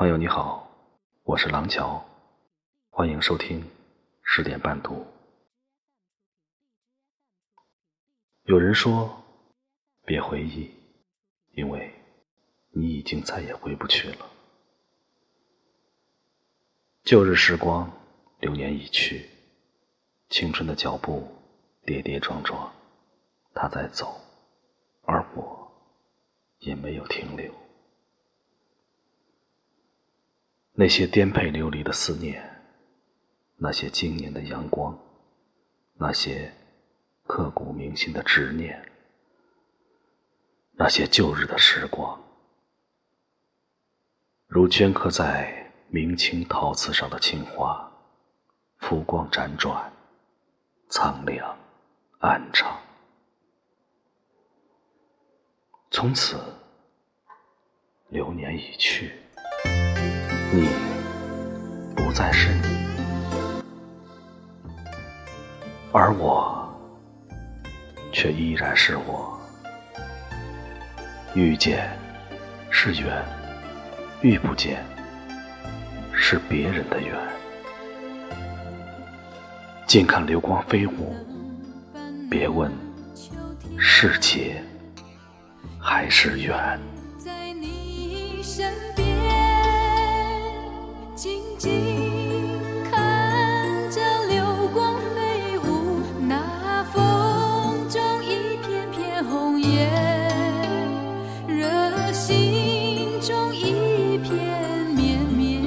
朋友你好，我是廊桥，欢迎收听10点半读。有人说别回忆，因为你已经再也回不去了。旧日时光流年已去，青春的脚步跌跌撞撞，他在走，而我也没有停留。那些颠沛流离的思念，那些经年的阳光，那些刻骨铭心的执念，那些旧日的时光，如镌刻在明清陶瓷上的青花，浮光辗转，苍凉暗长。从此流年已去，你不再是你，而我却依然是我。遇见是缘，遇不见是别人的缘。静看流光飞舞，别问是劫还是缘。 在你身边静静看着流光飞舞，那风中一片片红叶，热心中一片绵绵，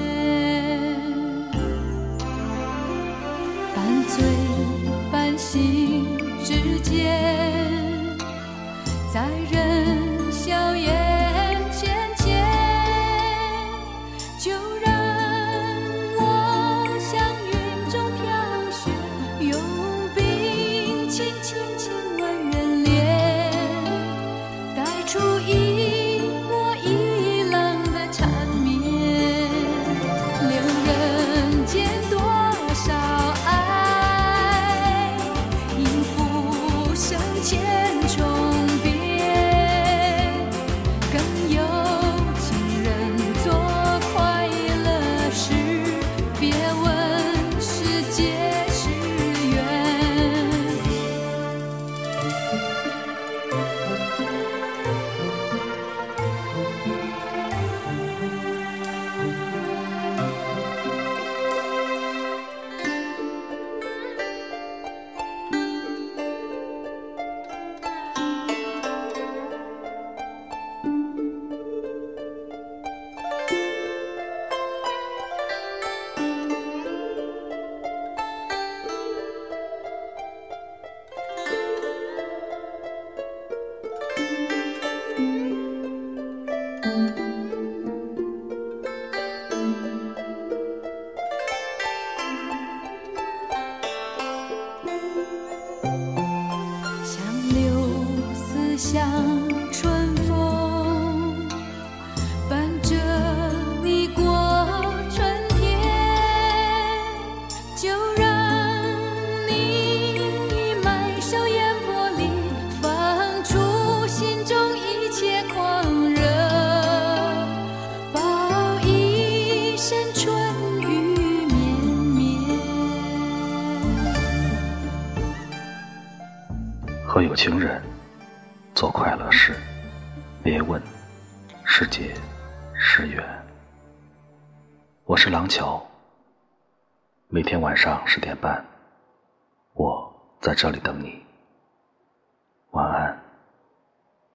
半醉半醒之间，在人笑颜浅浅，就让我像云中飘雪，用冰轻轻亲吻人脸，带出一波一浪的缠绵，留人间多少爱，应浮生千重变，更有情人做快乐事，别问是劫是缘。像柳丝像春风，伴着你过春天，就让你埋首烟波里，放出心中一切狂热，报一生春雨绵绵。 和有情人做快乐事，别问是劫是缘。我是廊桥，每天晚上10点半，我在这里等你。